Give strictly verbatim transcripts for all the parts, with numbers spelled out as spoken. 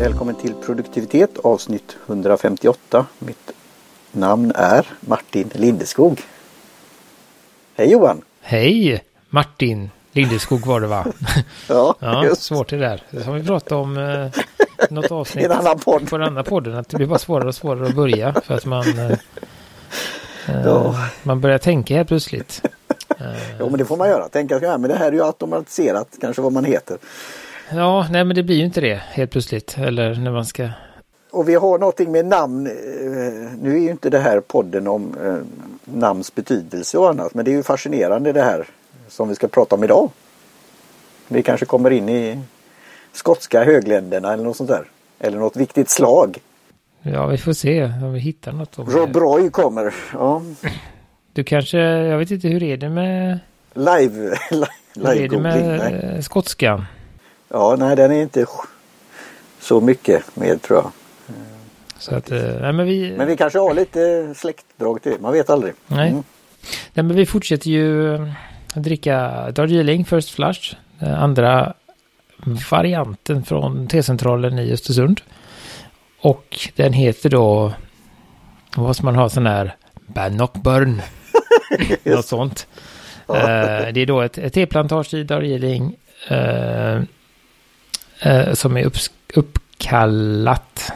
Välkommen till produktivitet avsnitt hundrafemtioåtta. Mitt namn är Martin Lindeskog. Hej Johan! Hej Martin Lindeskog var det va? Ja, ja just. Svårt det där. Det har vi pratat om eh, något avsnitt en annan podd. på den andra podden. Att det blir bara svårare och svårare att börja för att man, eh, ja. man börjar tänka helt plötsligt. Jo, men det får man göra. Tänka ska jag, men det här är ju automatiserat, kanske vad man heter. Ja, nej men det blir ju inte det helt plötsligt. Eller när man ska... Och vi har någonting med namn. Nu är ju inte det här podden om eh, namns betydelse och annat. Men det är ju fascinerande det här som vi ska prata om idag. Vi kanske kommer in i skotska högländerna eller något sånt där. Eller något viktigt slag. Ja, vi får se om vi hittar något. Om Rob Roy kommer. Ja. Du kanske, jag vet inte hur är det med... Live, live, hur är det med nej. skotskan? Ja, nej den är inte så mycket med tror jag. Så att, nej, men, vi, men vi kanske har lite släktdrag till, man vet aldrig. Nej. Mm. nej, men vi fortsätter ju att dricka Darjeeling First Flush, den andra varianten från T-centralen i Östersund. Och den heter då, vad ska man ha sån här Bannockburn, något sånt. Ja. Uh, det är då ett, ett teplantage i Darjeeling uh, uh, som är upp, uppkallat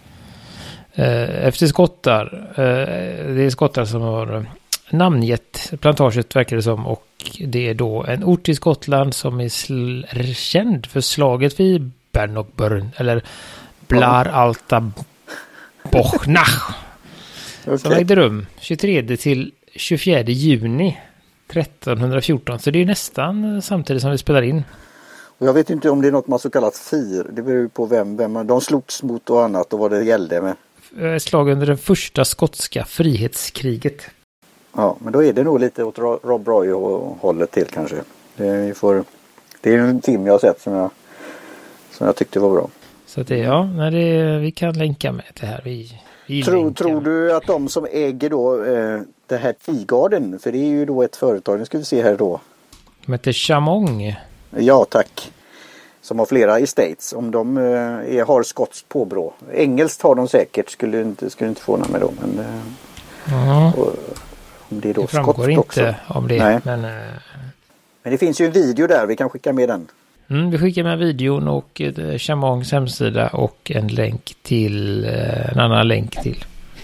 uh, efter skottar. Uh, det är skottar som har namngett plantaget verkar det som, och det är då en ort i Skottland som är sl- känd för slaget vid Bannockburn eller Blar Alta Bochnach. Okay. Som ägde rum tjugotredje till tjugofjärde juni trettonhundrafjorton. Så det är nästan samtidigt som vi spelar in. Och jag vet inte om det är något man så kallat fir. Det beror ju på vem, vem man, de slogs mot och annat och vad det gällde med. Slag under det första skotska frihetskriget. Ja, men då är det nog lite åt Rob Roy och hållet till kanske. Det, vi får, det är en film jag har sett som jag, som jag tyckte var bra. Så att det, ja, när det, vi kan länka med det här. Vi, vi tror, tror du att de som äger då eh, det här Teagarden, för det är ju då ett företag, nu ska vi se här då. Som heter Chamong. Ja, tack. Som har flera estates. Om de eh, är, har skotskt påbrå. Engelskt har de säkert, skulle inte, skulle inte få med dem. Men, eh, ja. och, om det är då det framgår inte också. om det. Nej. Men, eh, men det finns ju en video där, vi kan skicka med den. Mm, vi skickar med videon och eh, Chamongs hemsida och en länk till eh, en annan länk till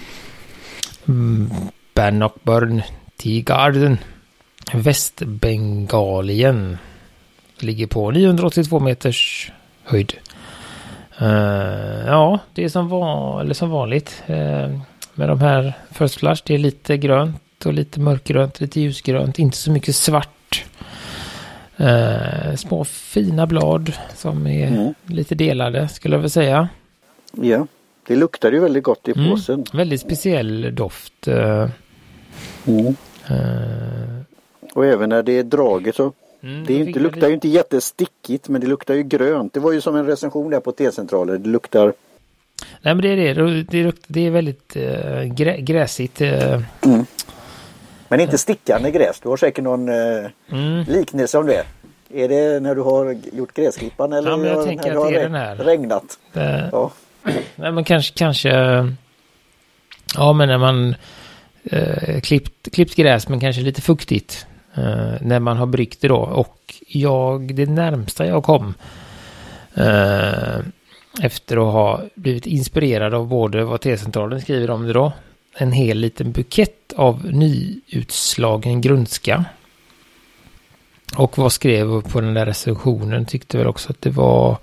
mm, Bannockburn Teagarden, Västbengalien, ligger på niohundraåttiotvå meters höjd. Uh, ja, det är som, van, eller som vanligt uh, med de här First Flush. Det är lite grönt och lite mörkgrönt, lite ljusgrönt, inte så mycket svart. Uh, små fina blad som är mm. lite delade skulle jag vilja säga. Ja, det luktar ju väldigt gott i påsen. Mm, väldigt speciell doft. Uh, mm. uh, och även när det är draget så mm, det, är inte, det luktar lite... ju inte jättestickigt, men det luktar ju grönt. Det var ju som en recension där på T-centralen. Det luktar... Nej, men det är det. Det, luktar, det är väldigt uh, grä, gräsigt. Uh, mm. Men inte stickande gräs. Du har säkert någon uh, mm. liknelse om det. Är det när du har gjort gräsklippan eller ja, men jag när tänker det att har det är den här. regnat? Det... Ja. Nej, men kanske, kanske ja, men när man uh, klippt, klippt gräs men kanske lite fuktigt. Uh, när man har bryggt det då. Och jag, det närmsta jag kom uh, efter att ha blivit inspirerad av både vad T-centralen skriver om det då, en hel liten bukett av nyutslagen grönska. Och vad skrev på den där recensionen tyckte väl också att det var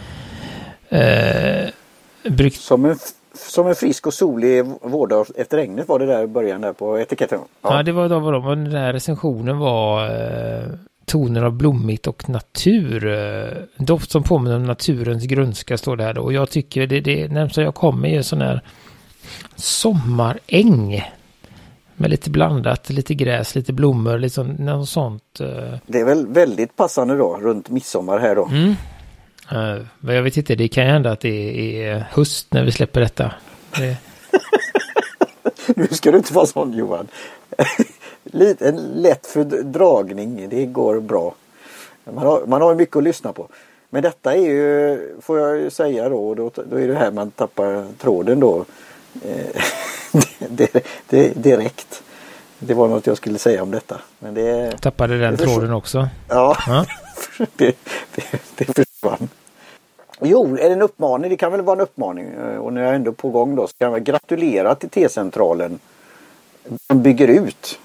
uh, bryggt. Som en Som en frisk och solig vårdag efter regnet var det där i början där på etiketten. Ja, ja det var då var de. Och den där recensionen var eh, toner av blommigt och natur. Eh, doft som påminner om naturens grönska står det här då. Och jag tycker det, det närmast jag kommer är en sån här sommaräng. Med lite blandat, lite gräs, lite blommor, liksom något sånt. Eh. Det är väl väldigt passande då, runt midsommar här då. Mm. Uh, jag vet inte, det kan ju hända att det är höst när vi släpper detta. Det... Nu ska du inte vara sån Johan. Lite, en lätt fördragning, det går bra. Man har, man har mycket att lyssna på. Men detta är ju, får jag ju säga då, då, då är det här man tappar tråden då. Eh, det, det, direkt. Det var något jag skulle säga om detta. Men det, tappade den det tråden också? Ja, ja. det, det, det försvann. Jo, är det en uppmaning? Det kan väl vara en uppmaning. Och när jag är ändå på gång då så kan jag gratulera till T-centralen. De bygger ut.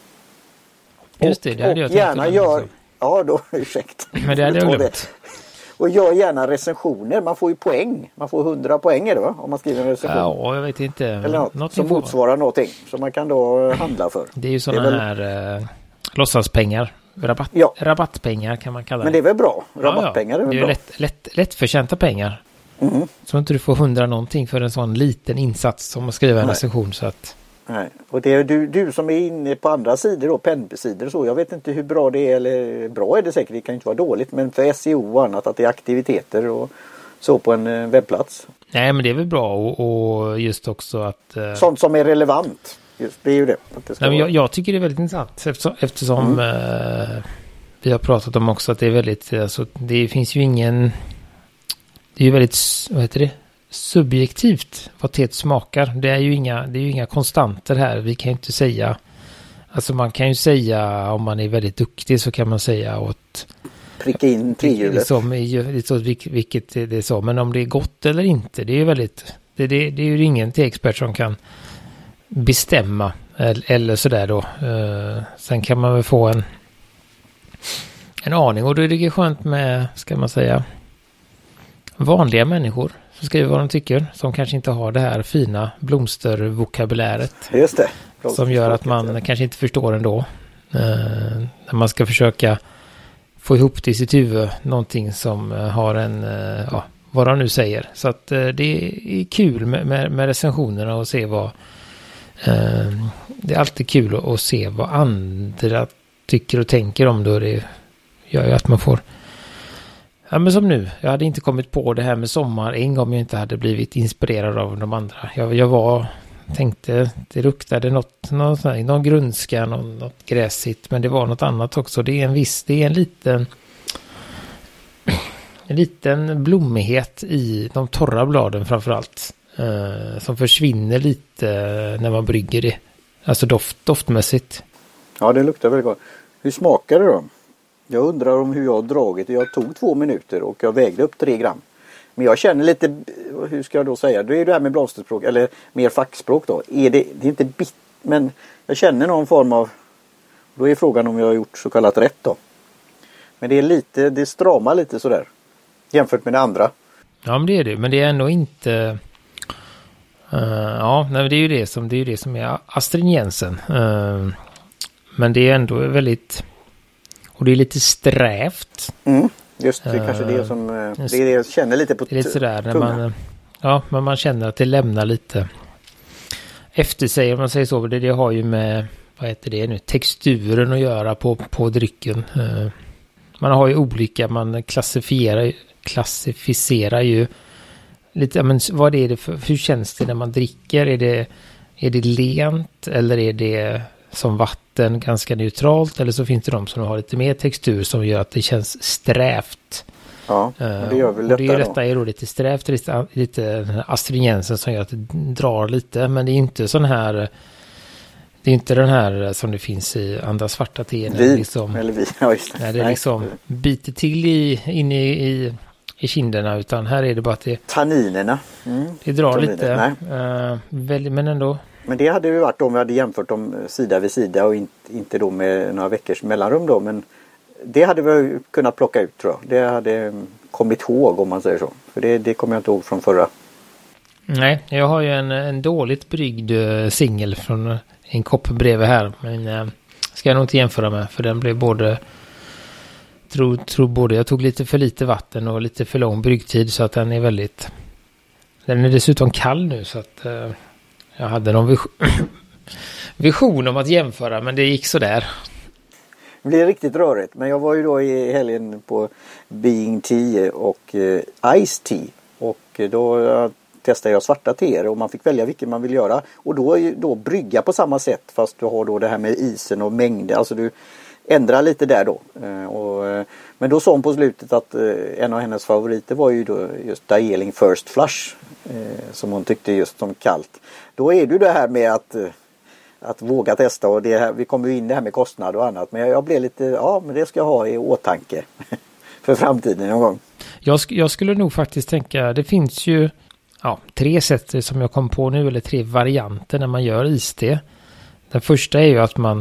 Just det, det hade jag tänkt. Gärna gör... Också. Ja, då, ursäkta. Men det hade jag glömt. Och gör gärna recensioner. Man får ju poäng. Man får hundra poäng är det va? Om man skriver en recension. Ja, jag vet inte. Eller något, något som motsvarar någonting. Som man kan då handla för. Det är ju sådana väl... här eh, låtsaspengar. Rabatt, ja. Rabattpengar kan man kalla det. Men det är väl bra? Rabattpengar ja, ja. är väl det är bra? Lätt, lätt, lättförtjänta pengar. Mm. Så inte du får hundra någonting för en sån liten insats som att skriva en recension. Så att... Nej. Och det är du, du som är inne på andra sidor då, pennsidor och så. Jag vet inte hur bra det är, eller bra är det säkert, det kan inte vara dåligt. Men för S E O och annat att det är aktiviteter och så på en webbplats. Nej, men det är väl bra och, och just också att... Eh... Sånt som är relevant. Just, det är ju det. Att det ska Nej, men jag, vara... jag tycker det är väldigt intressant eftersom, eftersom mm. eh, vi har pratat om också att det är väldigt... Alltså, det finns ju ingen... Det är ju väldigt... Vad heter det? Subjektivt vad teet smakar. Det är ju inga, det är ju inga konstanter här. Vi kan ju inte säga... Alltså man kan ju säga om man är väldigt duktig så kan man säga åt... Pricka in trehjulet. Som är, vilket det är så. Men om det är gott eller inte, det är ju väldigt... Det, det, det är ju ingen teexpert som kan bestämma eller, eller sådär då. Uh, sen kan man väl få en en aning. Och då är det skönt med, ska man säga, vanliga människor som skriver vad de tycker. Som kanske inte har det här fina blomstervokabuläret. Just det. Som gör att man ja. kanske inte förstår ändå. Uh, när man ska försöka få ihop det i sitt huvud. Någonting som uh, har en... Uh, ja, vad de nu säger. Så att uh, det är kul med, med, med recensionerna och se vad... Uh, det är alltid kul att, att se vad andra tycker och tänker om det. Och det gör ju att man får... Ja, men som nu. Jag hade inte kommit på det här med sommar en gång om jag inte hade blivit inspirerad av de andra. Jag, jag var... Tänkte, det luktade något, något någon grönska, någon, något gräsigt, men det var något annat också. Det är en viss, det är en liten en liten blommighet i de torra bladen framförallt. Eh, som försvinner lite när man brygger det. Alltså doft, doftmässigt. Ja, det luktar väldigt gott. Hur smakar det då? Jag undrar om hur jag har dragit. Jag tog två minuter och jag vägde upp tre gram. Men jag känner lite, hur ska jag då säga? Det är ju det här med blomsterspråk, eller mer fackspråk då. Är det, det är inte bitt, men jag känner någon form av, då är frågan om jag har gjort så kallat rätt då. Men det är lite, det stramar lite sådär. Jämfört med det andra. Ja, men det är det. Men det är ändå inte, uh, ja, nej, det är ju det som, det är ju det som är astringensen. Uh, men det är ändå väldigt, och det är lite strävt. Mm. Just det, uh, kanske det som det är det jag känner lite på det är lite sådär när man, ja, men man känner att det lämnar lite efter sig, om man säger så. Det, det har ju med, vad heter det nu, texturen att göra på, på drycken. Uh, man har ju olika, man klassifierar, klassificerar ju lite, men vad är det för, hur känns det när man dricker? Är det, är det lent eller är det som vatten ganska neutralt, eller så finns det de som har lite mer textur som gör att det känns strävt. Ja, det gör väl detta. Och det är, då. detta är då lite strävt, lite, lite astringensen som gör att det drar lite, men det är inte sån här, det är inte den här som det finns i andra svarta te. Vi, liksom, eller vi, ja just det. När det Nej. liksom biter till i, inne i, i, i kinderna, utan här är det bara att det... Tanninerna. Mm. Det drar Tanniner. lite, Nej. Uh, väldigt, men ändå... Men det hade ju varit om vi hade jämfört dem sida vid sida och inte, inte då med några veckors mellanrum då. Men det hade vi kunnat plocka ut, tror jag. Det hade kommit ihåg, om man säger så. För det, det kommer jag inte ihåg från förra. Nej, jag har ju en, en dåligt bryggd singel från en kopp bredvid här. Men äh, ska jag nog inte jämföra med. För den blev både... Tror, tror både jag tog lite för lite vatten och lite för lång bryggtid. Så att den är väldigt... Den är dessutom kall nu, så att... Äh, jag hade någon vision, vision om att jämföra, men det gick så där. Det blir riktigt rörigt. Men jag var ju då i helgen på Being Tea och eh, Ice Tea. Och då eh, testade jag svarta teer och man fick välja vilken man vill göra. Och då, då brygga på samma sätt, fast du har då det här med isen och mängder. Alltså du, ändra lite där då. Och, men då sa hon på slutet att en av hennes favoriter var ju då just Darjeeling First Flush, som hon tyckte just som kallt. Då är det ju det här med att, att våga testa, och det här, vi kommer ju in det här med kostnad och annat, men jag blev lite, ja men det ska jag ha i åtanke för framtiden någon gång. Jag, sk- jag skulle nog faktiskt tänka, det finns ju ja, tre sätt som jag kom på nu, eller tre varianter när man gör iste. Den första är ju att man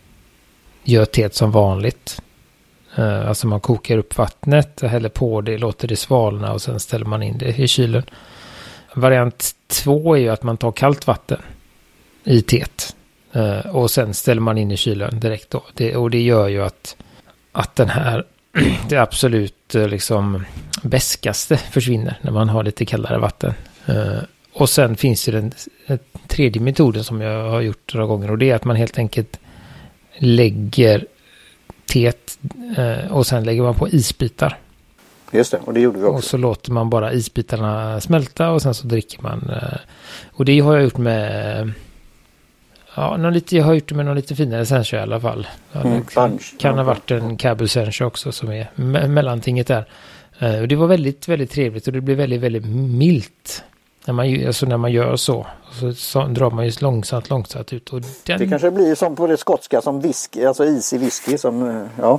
gör teet som vanligt. Uh, alltså man kokar upp vattnet, häller på det, låter det svalna och sen ställer man in det i kylen. Variant två är ju att man tar kallt vatten i teet. Uh, och sen ställer man in i kylen direkt då. Det, och det gör ju att, att den här det absolut uh, liksom beskaste försvinner när man har lite kallare vatten. Uh, och sen finns ju den, den tredje metoden som jag har gjort några gånger, och det är att man helt enkelt lägger teet eh, och sen lägger man på isbitar. Just det, och det gjorde vi också. Och så låter man bara isbitarna smälta och sen så dricker man. Eh, och det har jag gjort med ja, någon lite, jag har gjort det med någon lite finare sencha i alla fall. Ja, mm, kan kan ha varit en Cabo sencha också som är me- mellantinget där. Eh, och det var väldigt, väldigt trevligt, och det blev väldigt, väldigt milt. När man, alltså när man gör så, så, så drar man ju långsamt, långsamt ut. Och den, det kanske blir som på det skotska, som whisky, alltså is i whisky. Som, ja.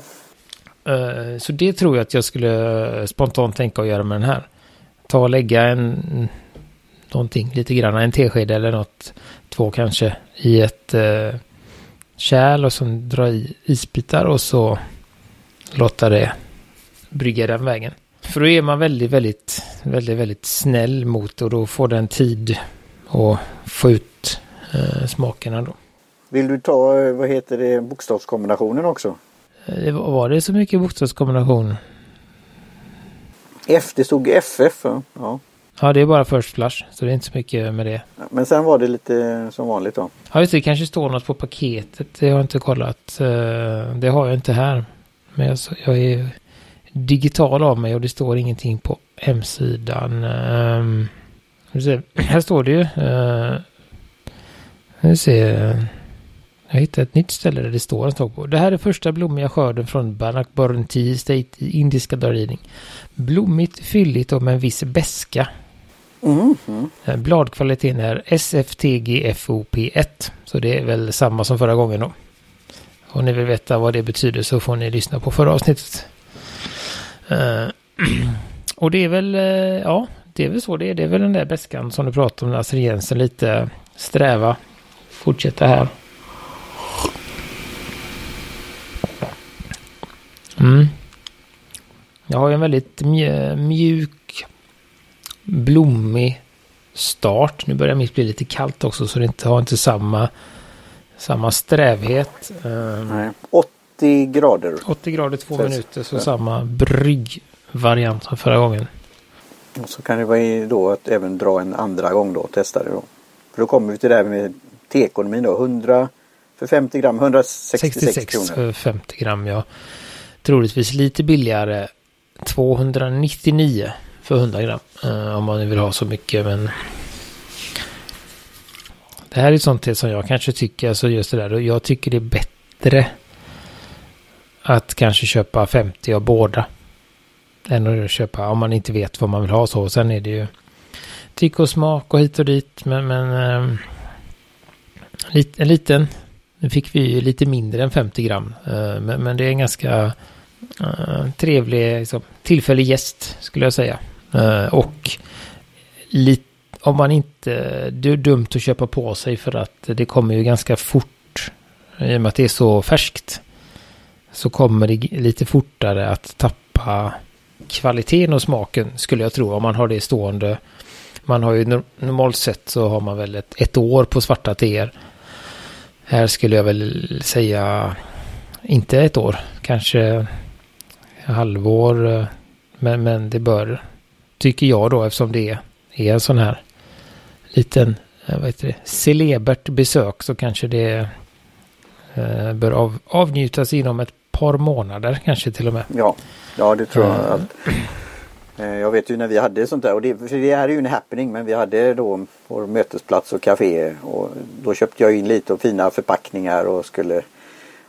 Uh, så det tror jag att jag skulle spontant tänka att göra med den här. Ta och lägga en, någonting, lite grann, en tesked eller något, två kanske, i ett uh, kärl och så dra i isbitar och så låta det brygga den vägen. För då är man väldigt, väldigt, väldigt, väldigt snäll mot, och då får den tid att få ut eh, smakerna då. Vill du ta, vad heter det, bokstavskombinationen också? Det var, var det så mycket bokstavskombination? F, det stod F F, ja. Ja, det är bara first flush, så det är inte så mycket med det. Men sen var det lite som vanligt då. Ja, just det, det kanske står något på paketet, det har jag inte kollat. Det har jag inte här. Men jag, jag är digital av mig och det står ingenting på hemsidan. Um, här står det ju. Uh, jag ser. Jag hittade ett nytt ställe där det står en sak på. Det här är första blommiga skörden från Bannockburn Tea Estate i indiska Darjeeling. Blommigt, fylligt och med en viss beska. Mm, mm. Bladkvaliteten är S F T G F O P ett. Så det är väl samma som förra gången då. Om ni vill veta vad det betyder så får ni lyssna på förra avsnittet. Uh, och det är väl, uh, ja, det är väl så det är. Det är väl den där beskan som du pratade om, den aseriensen, lite sträva. Fortsätta här. Mm. Jag har ju en väldigt mj- mjuk, blommig start. Nu börjar mitt bli lite kallt också, så det inte har inte samma samma strävhet. Uh, Nej. åttio grader. åttio grader, två Fest. minuter, så Ja. samma bryggvariant som förra gången. Och så kan det vara då att även dra en andra gång då och testa det då. För då kommer vi till det här med teekonomin då. hundra för femtio gram, hundrasextiosex sextiosex kronor. för femtio gram, ja. Troligtvis lite billigare, tvåhundranittionio för hundra gram. Uh, om man nu vill ha så mycket, men det här är sånt te som jag kanske tycker, alltså just det där, och jag tycker det är bättre att kanske köpa femtio av båda än att köpa, om man inte vet vad man vill ha så. Sen är det ju tycke och smak och hit och dit, men, men um, en liten, nu fick vi ju lite mindre än femtio gram, uh, men, men det är en ganska uh, trevlig liksom, tillfällig gäst skulle jag säga. Uh, och lite, om man inte, det är dumt att köpa på sig för att det kommer ju ganska fort, i och med att det är så färskt, så kommer det lite fortare att tappa kvaliteten och smaken, skulle jag tro, om man har det stående. Man har ju normalt sett så har man väl ett, ett år på svarta teer. Här skulle jag väl säga inte ett år, kanske halvår, men, men det bör, tycker jag då, eftersom det är en sån här liten, vad heter det, celebert besök, så kanske det eh, bör av, avnjutas inom ett par månader kanske till och med. Ja, ja det tror jag. Att, eh, jag vet ju när vi hade sånt där, och det, för det här är ju en happening, men vi hade då vår mötesplats och café, och då köpte jag in lite och fina förpackningar och skulle,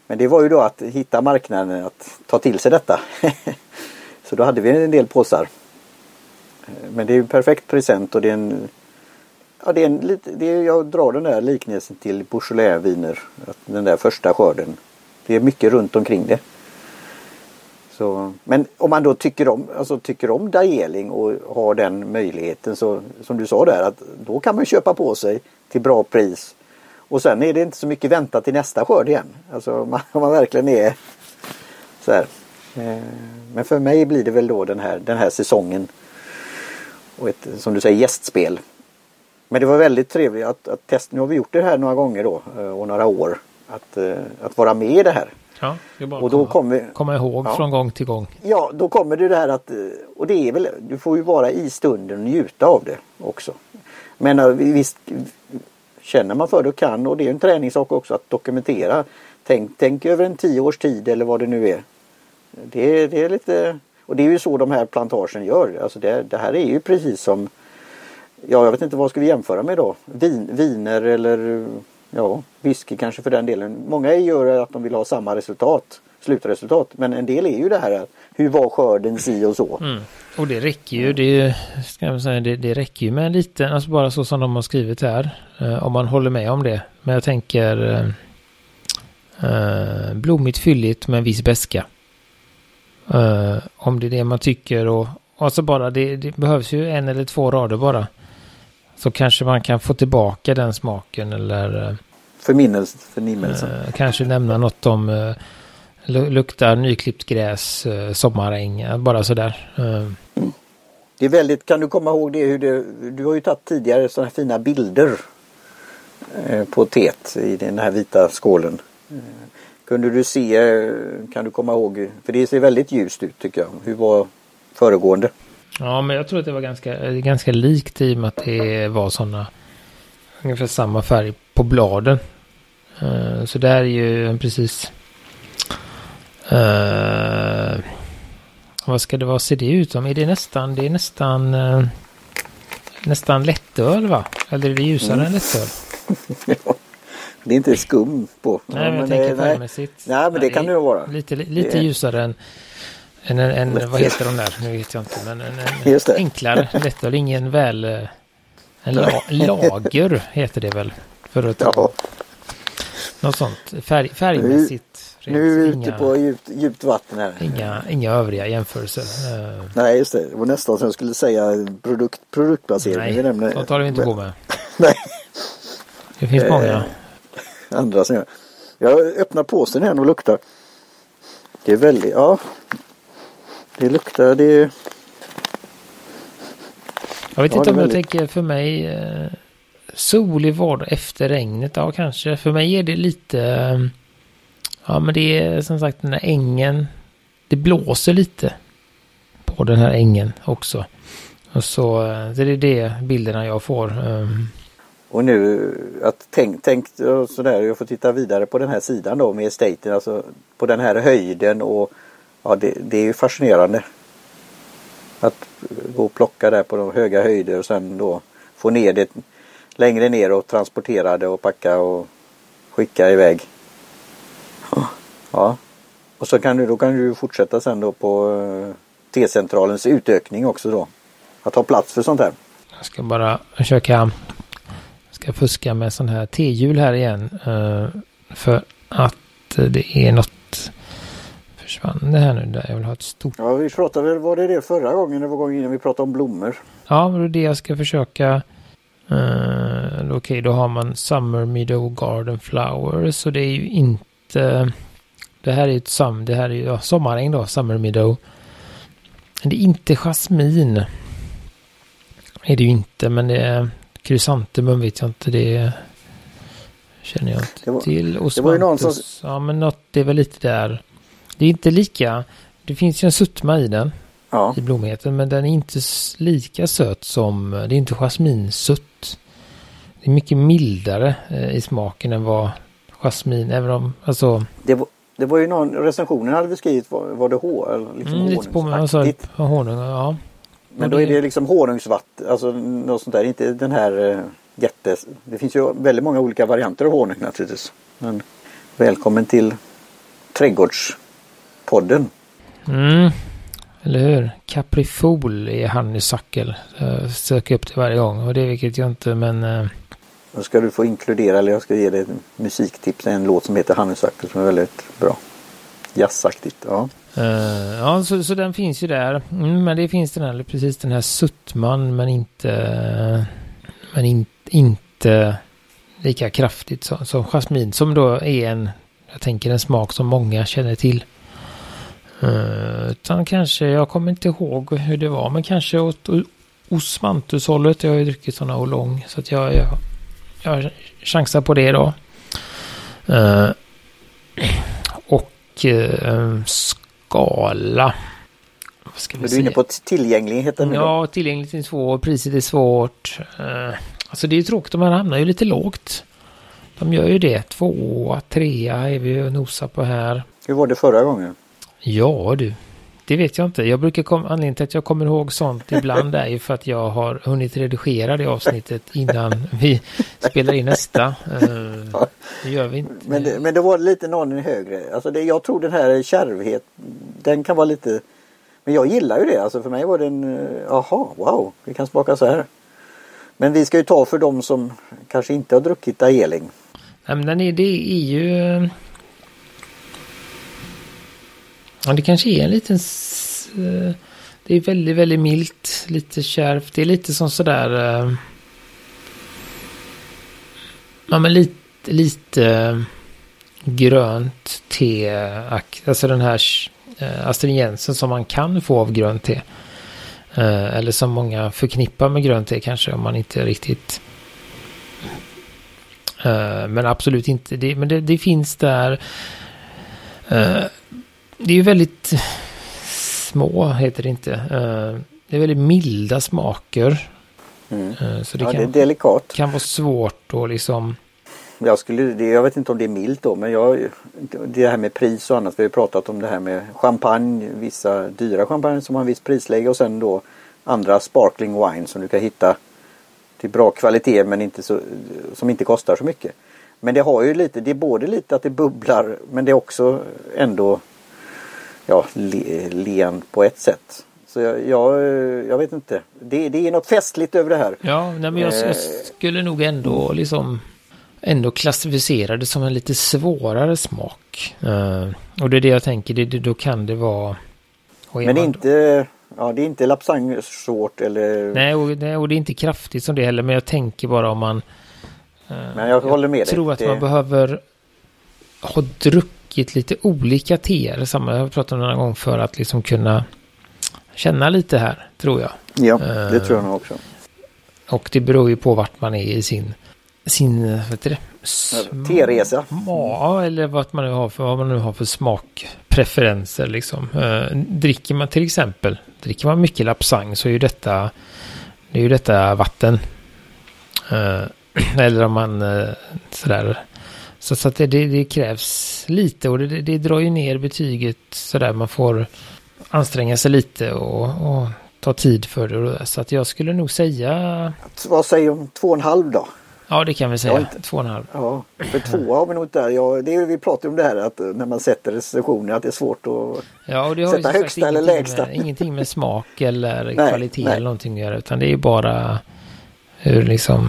Men det var ju då att hitta marknaden att ta till sig detta. Så då hade vi en del påsar. Men det är ju en perfekt present och det är en... Ja, det är en lite, det är, jag drar den där liknelsen till Beaujolais-viner. Den där första skörden. Det är mycket runt omkring det. Så, men om man då tycker om, alltså tycker om Darjeeling och har den möjligheten så som du sa där att då kan man köpa på sig till bra pris. Och sen är det inte så mycket vänta till nästa skörd igen. Alltså om man, om man verkligen är så här. Men för mig blir det väl då den här, den här säsongen och ett, som du säger, gästspel. Men det var väldigt trevligt att, att testa. Nu har vi gjort det här några gånger då och några år. Att, att vara med i det här. Ja, det är bara och då komma, kommer, komma ihåg ja. från gång till gång. Ja, då kommer det här att, och det är väl, du får ju vara i stunden och njuta av det också. Men visst, känner man för det och kan, och det är en träningssak också att dokumentera. Tänk, tänk över en tio års tid eller vad det nu är. Det, det är lite, och det är ju så de här plantagen gör. Alltså det, det här är ju precis som, ja jag vet inte vad ska vi jämföra med då. Vin, viner eller ja, whisky kanske för den delen. Många gör att de vill ha samma resultat, slutresultat. Men en del är ju det här, hur var skörden si och så. Mm. Och det räcker ju, det, ska jag säga, det, det räcker ju med en liten, alltså bara så som de har skrivit här. Eh, om man håller med om det. Men jag tänker eh, blommigt, fylligt med en viss beska. Eh, om det är det man tycker och alltså bara, det, det behövs ju en eller två rader bara. Så kanske man kan få tillbaka den smaken eller förminnelse, förnimmelse. Eh, kanske nämna något om eh, luktar nyklippt gräs, eh, sommaräng, bara sådär. Eh. Mm. Det är väldigt, kan du komma ihåg det, hur det, du har ju tagit tidigare sådana här fina bilder eh, på teet i den här vita skålen. Eh, kunde du se, kan du komma ihåg, för det ser väldigt ljust ut tycker jag, hur var föregående? Ja, men jag tror att det var ganska, ganska likt i och med att det var sådana ungefär samma färg på bladen. Uh, så det här är ju precis uh, vad ska det vara, ser det ut som? Är det nästan, det är nästan uh, nästan lättöl va? Eller är det ljusare mm. än lättöl? Det är inte skum på. Nej, men jag tänker färgmässigt. Nej, men det kan det ju vara. Lite, lite det... ljusare än En, en, en, vad heter de där? Nu vet jag inte. Men en, en enklare lättöl. Ingen väl... En la, lager heter det väl. För att ta. Ja. Något sånt. Färg, färgmässigt. Nu, nu är vi ute på djupt, djupt vatten här. Inga, inga övriga jämförelser. Nej, just det. Det var nästan som jag skulle säga produkt, produktbasering. Nej, nämligen, så tar vi inte men, gå med. Nej. Det finns många. Eh, andra som jag... Jag öppnar påsen här och luktar. Det är väldigt... Ja... Det luktar det. Jag vet ja, inte om väldigt... jag tänker för mig eh, solig vardag efter regnet. Ja, kanske. För mig är det lite eh, ja, men det är som sagt den här ängen. Det blåser lite på den här ängen också. Och så eh, det är det bilderna jag får. Eh. Och nu att tänk, tänk sådär, jag får titta vidare på den här sidan då med estaten, alltså på den här höjden och ja, det, det är ju fascinerande att gå och plocka där på de höga höjder och sen då få ner det längre ner och transportera det och packa och skicka iväg. Ja. Och så kan du, då kan du fortsätta sen då på T-centralens utökning också då. Att ha plats för sånt här. Jag ska bara försöka ska fuska med sån här T-hjul här igen. För att det är något försvann det här nu där jag vill ha ett stort... Ja, vi pratade väl, var det det förra gången, det var gången innan vi pratade om blommor. Ja, det är det jag ska försöka... Uh, Okej, okay, då har man Summer Meadow Garden Flowers, så det är ju inte... Det här är ju ett sam... Det här är ju ja, sommaräng då, Summer Meadow. Men det är inte jasmin. Är det ju inte, men det är krysantemum vet jag inte, det är... Känner jag inte det var, till. Och det var ju någon som... Ja, men något, det är väl lite där... Det är inte lika, det finns ju en sötma i den, ja. I blomheten, men den är inte lika söt som, det är inte jasminsött. Det är mycket mildare eh, i smaken än vad jasmin, även om, alltså... Det var, det var ju någon, recensionen hade vi skrivit, var, var det hår, liksom mm, lite på mig, alltså, honung, ja. Men då är det liksom honungsvatten, alltså något sånt där, inte den här eh, jätte, det finns ju väldigt många olika varianter av honung naturligtvis. Men välkommen till trädgårdspodden. Mm, eller hur? Caprifol är honeysuckle. Jag söker upp det varje gång och det vet jag inte, men... Uh... Då ska du få inkludera, eller jag ska ge dig ett musiktips, en låt som heter Honeysuckle som är väldigt bra. Jazzaktigt, ja. Uh, ja, så, så den finns ju där. Mm, men det finns den här, precis den här suttman, men inte... Men in, inte lika kraftigt som, som jasmin, som då är en, jag tänker en smak som många känner till. Uh, utan kanske, jag kommer inte ihåg hur det var, men kanske åt osmantushållet. Jag har ju druckit sådana olång, så att jag, jag, jag chansar på det då. Uh, och uh, skala. Vad ska vi är du inne på tillgängligheten nu? Ja, tillgänglighet är svårt, priset är svårt. Uh, alltså det är ju tråkigt, de här hamnar ju lite lågt. De gör ju det. Tvåa, trea är vi och nosar på här. Hur var det förra gången? Ja du, det vet jag inte. Jag brukar komma, anledningen till att jag kommer ihåg sånt ibland är ju för att jag har hunnit redigera det avsnittet innan vi spelar in nästa. Uh, ja. Det gör vi inte. Men det, men det var lite någon högre. Alltså det, jag tror den här kärvhet, den kan vara lite... Men jag gillar ju det. Alltså för mig var den... Jaha, wow, vi kan smaka så här. Men vi ska ju ta för dem som kanske inte har druckit Daeling. Nej, men den är, det är ju... Ja, det kanske är en liten... Det är väldigt, väldigt milt. Lite kärvt. Det är lite som sådär... Ja, men lite, lite grönt te. Alltså den här astringensen som man kan få av grönt te. Eller som många förknippar med grönt te kanske, om man inte riktigt... Men absolut inte. Det, men det, det finns där... Det är ju väldigt små, heter det inte. Det är väldigt milda smaker. Mm. Så det, ja, kan, det är delikat. Kan vara svårt att liksom... Jag, skulle, det, jag vet inte om det är milt då, men jag, det här med pris och annat. Vi har pratat om det här med champagne. Vissa dyra champagne som har en viss prisläge och sen då andra sparkling wine som du kan hitta till bra kvalitet men inte så, som inte kostar så mycket. Men det har ju lite, det är både lite att det bubblar men det är också ändå ja, le, len på ett sätt. Så jag, jag, jag vet inte. Det, det är något festligt över det här. Ja, nej, men jag, jag skulle nog ändå liksom ändå klassificera det som en lite svårare smak. Uh, och det är det jag tänker, det, det, då kan det vara... Men inte... Ja, det är inte lapsang svårt eller... Nej och, nej, och det är inte kraftigt som det heller, men jag tänker bara om man... Uh, men jag håller med dig. Jag tror att det... man behöver ha druckit lite olika teer. Samma, jag har pratat om några gånger för att liksom kunna känna lite här, tror jag. Ja, det uh, tror jag nog också. Och det beror ju på vart man är i sin... sin, vad heter det? Sm- Teresa. Ja, eller vad man nu har för, vad man nu har för smakpreferenser liksom. Uh, dricker man till exempel, dricker man mycket lapsang så är ju detta, det är ju detta vatten. Uh, eller om man uh, sådär. Så, så att det, det, det krävs lite och det, det, det drar ju ner betyget sådär, man får anstränga sig lite och, och ta tid för det. Så att jag skulle nog säga... Vad säger du om två och en halv då? Ja, det kan vi säga. Inte... Två och en halv. Ja, för två har vi nog inte där. Ja, det är, vi pratar om det här att när man sätter recensioner att det är svårt att ja, och det har sätta högsta eller lägsta. Med, ingenting med smak eller nej, kvalitet nej. Eller någonting att göra. Utan det är bara hur liksom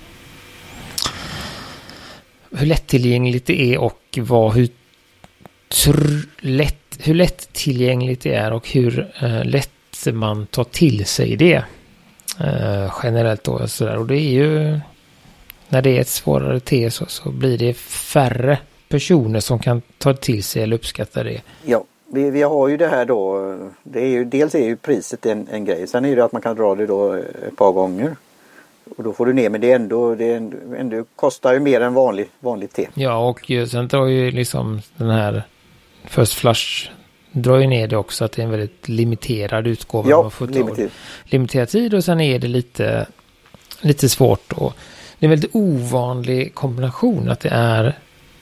hur lättillgängligt det är och vad, hur, tr- lätt, hur lättillgängligt det är och hur uh, lätt man tar till sig det. Uh, generellt då. Så där. Och det är ju när det är ett svårare te så, så blir det färre personer som kan ta till sig eller uppskatta det. Ja, vi, vi har ju det här då. Det är ju, dels är ju priset en, en grej. Sen är det att man kan dra det då ett par gånger. Och då får du ner, men det är ändå, det är ändå, ändå kostar ju mer än vanlig, vanlig te. Ja, och sen drar ju liksom den här First Flush drar ju ner det också att det är en väldigt limiterad utgåva. Ja, man får limiterad. Limiterad tid och sen är det lite, lite svårt och det är en väldigt ovanlig kombination att det är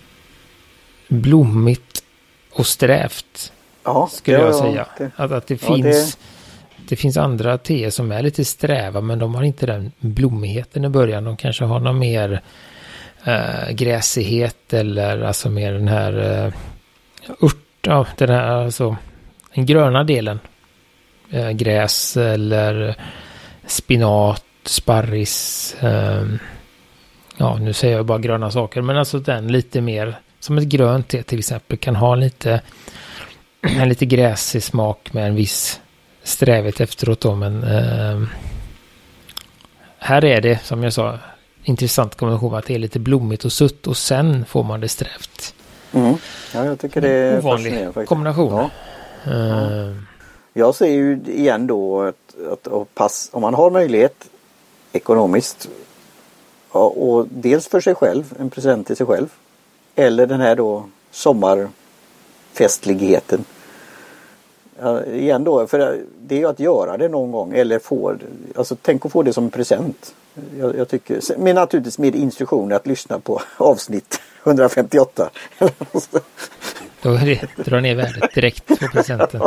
blommigt och strävt. Ja, skulle ja, jag säga. Det, att, att det ja, finns det... det finns andra te som är lite sträva men de har inte den blommigheten i början. De kanske har någon mer äh, gräsighet eller alltså mer den här ört, ja, den här alltså den gröna delen. Eh, gräs eller spinat, sparris. Eh, ja, nu säger jag bara gröna saker. Men alltså den lite mer som ett grönt te till exempel kan ha lite en lite gräsig smak med en viss strävhet efteråt då. Men eh, här är det, som jag sa, intressant kombination att det är lite blommigt och sutt och sen får man det strävt. Mm. Ja, jag tycker det är ovanlig kombination. Ja. Uh, jag ser ju igen då att, att, att pass, om man har möjlighet ekonomiskt och, och dels för sig själv, en present till sig själv, eller den här då sommarfestligheten. Ja, igen då, för det är ju att göra det någon gång eller få, alltså tänk att få det som en present. Jag, jag tycker, men naturligtvis med instruktioner att lyssna på avsnitt hundrafemtioåtta. Då är det, dra ner värdet direkt på presenten.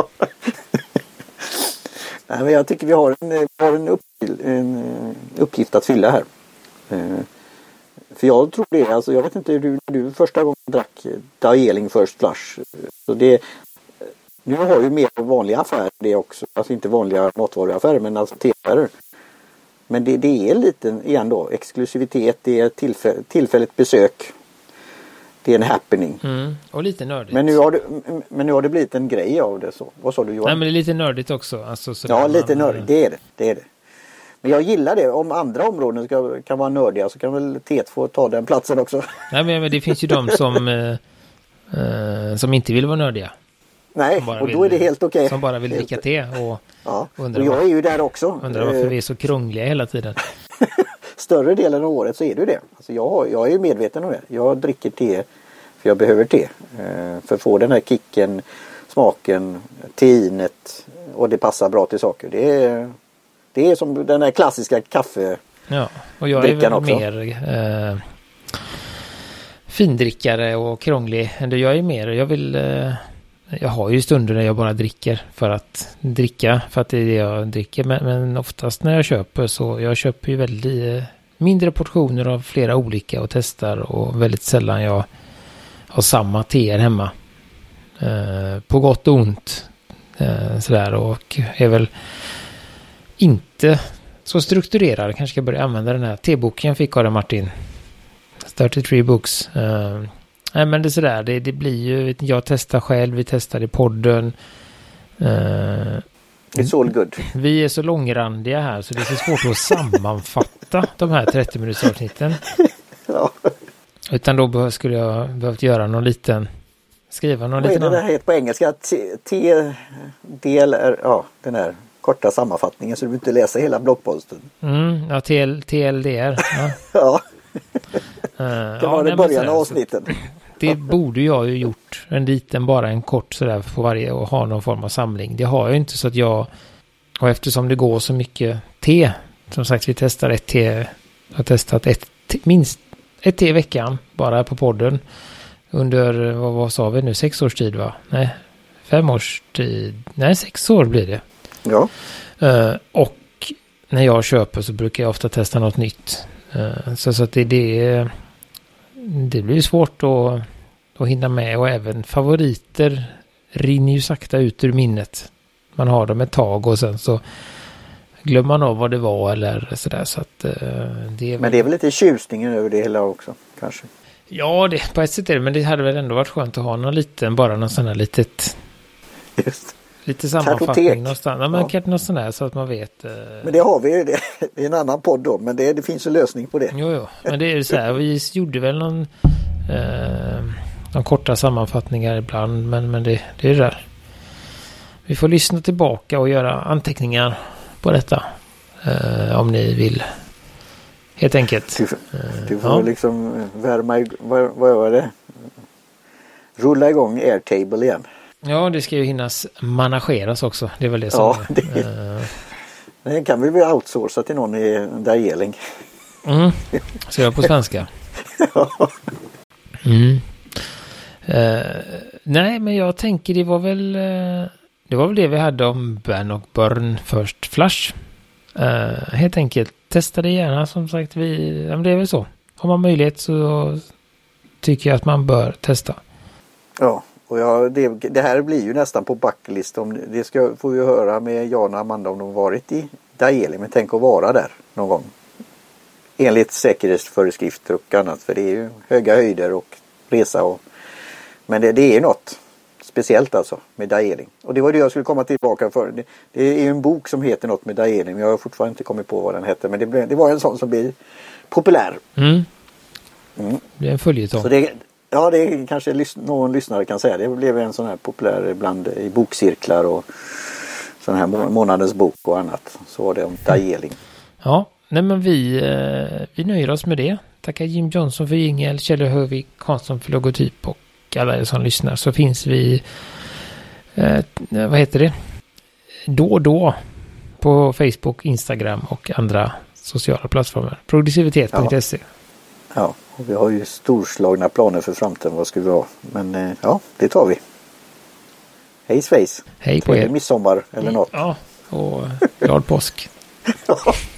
Nej, men jag tycker vi har en, har en, upp, en uppgift att fylla här. För jag tror det, alltså jag vet inte hur du, du första gången drack Darjeeling First Flush. Så det, nu har ju mer vanliga affärer det också. Alltså inte vanliga matvaruaffärer men alltså teaffärer. Men det, det är lite igen då exklusivitet, det är tillfäll, tillfälligt besök. Det är en happening. Mm, och lite nördigt. Men nu, har det, men nu har det blivit en grej av det så. Vad sa du Johan? Nej men det är lite nördigt också. Alltså, så ja lite man, nördigt, det är det, det är det. Men jag gillar det. Om andra områden ska, kan vara nördiga så kan väl T ett få ta den platsen också. Nej men, men det finns ju de som, eh, eh, som inte vill vara nördiga. Nej, och vill, då är det helt okej. Okay. Som bara vill dricka te och, ja. undrar och jag var, är ju där också. Undrar varför vi är så krångliga hela tiden. Större delen av året så är det ju det. Alltså jag, har, jag är ju medveten om det. Jag dricker te för jag behöver te. För att få den här kicken, smaken, teinet och det passar bra till saker. Det är, det är som den här klassiska kaffe. Ja, och jag är väl också. mer eh, findrickare och krånglig än det jag är mer. Jag vill... Eh, jag har ju stunder när jag bara dricker för att dricka, för att det är det jag dricker. Men, men oftast när jag köper så jag köper ju väldigt eh, mindre portioner av flera olika och testar och väldigt sällan jag har samma teer hemma. Eh, på gott och ont. Eh, sådär och är väl inte så strukturerad. Kanske ska börja använda den här teboken jag fick av den Martin. trettiotre books. Uh, nej men det är sådär. Det, det blir ju, jag testar själv. Vi testar i podden. Uh, It's all good. Vi är så långrandiga här så det är så svårt att sammanfatta de här trettio minuters avsnitten. Ja. Utan då skulle jag behövt göra någon liten skriva någon Vad liten är det där heter på engelska? T-del är ja, den här korta sammanfattningen så du behöver inte läsa hela bloggposten. Mm, ja, T L D R. Ja. Ja. Uh, det var ja, i början av avsnitten. Det borde jag ju gjort. En liten, bara en kort sådär på varje och ha någon form av samling. Det har jag inte så att jag, och eftersom det går så mycket te, som sagt vi testar ett te, jag har testat ett, minst ett te i veckan bara på podden under, vad, vad sa vi nu, sex års tid va? Nej, fem års tid, nej sex år blir det. Ja. Uh, och när jag köper så brukar jag ofta testa något nytt. Uh, så, så att det, det, det blir svårt att, att hinna med och även favoriter rinner ju sakta ut ur minnet. Man har dem ett tag och sen så glömmer man av vad det var eller sådär. Så att, uh, det är väl... Men det är väl lite tjusningen över det hela också kanske? Ja, det, på ett sätt är det, men det hade väl ändå varit skönt att ha någon liten, bara någon sån här litet... Just. Lite sammanfattning någonstans. Ja, men ja. Något sånt där så att man vet. Eh... Men det har vi ju. Det, det är en annan podd då. Men det, det finns en lösning på det. Jo, jo. Men det är ju så här. Vi gjorde väl någon, eh, någon korta sammanfattningar ibland. Men, men det, det är det där. Vi får lyssna tillbaka och göra anteckningar på detta. Eh, om ni vill. Helt enkelt. Du, du får ja. liksom värma. Vad, vad var det? Rulla igång Airtable igen. Ja, det ska ju hinnas manageras också. Det är väl det som... Ja, det, uh... det kan vi väl outsourca till någon i Darjeeling. Mm, så jag på svenska. Ja. Mm. Uh, nej, men jag tänker det var väl... Uh, det var väl det vi hade om Ben och Burn First Flush. Uh, helt enkelt, testa det gärna. Som sagt, vi, ja, det är väl så. Har man möjlighet så tycker jag att man bör testa. Ja. Och jag, det, det här blir ju nästan på backlist. Om, det ska, får vi höra med Jan och Amanda om de varit i Dajeli. Men tänk att vara där någon gång. Enligt säkerhetsföreskrifter och annat. För det är ju höga höjder och resa. Och, men det, det är något speciellt alltså med Dajeli. Och det var det jag skulle komma tillbaka för. Det, det är ju en bok som heter något med Dajeli. Men jag har fortfarande inte kommit på vad den heter. Men det, det var en sån som blir populär. Mm. Mm. Det är en följetong. Så det, ja, det är kanske lys- någon lyssnare kan säga. Det blev en sån här populär ibland i bokcirklar och sån här må- månadens bok och annat. Så var det om Dajeli. Ja, nej men vi, eh, vi nöjer oss med det. Tackar Jim Johnson för jingel, Kjell Hövik Hansson för logotyp och alla er som lyssnar. Så finns vi, eh, vad heter det? Då och då på Facebook, Instagram och andra sociala plattformar. Progressivitet punkt se. Ja. Ja, och vi har ju storslagna planer för framtiden. Vad ska vi ha? Men eh, ja, det tar vi. Hej svejs. Hej på er. Midsommar eller något. Ja, och glad påsk. Ja.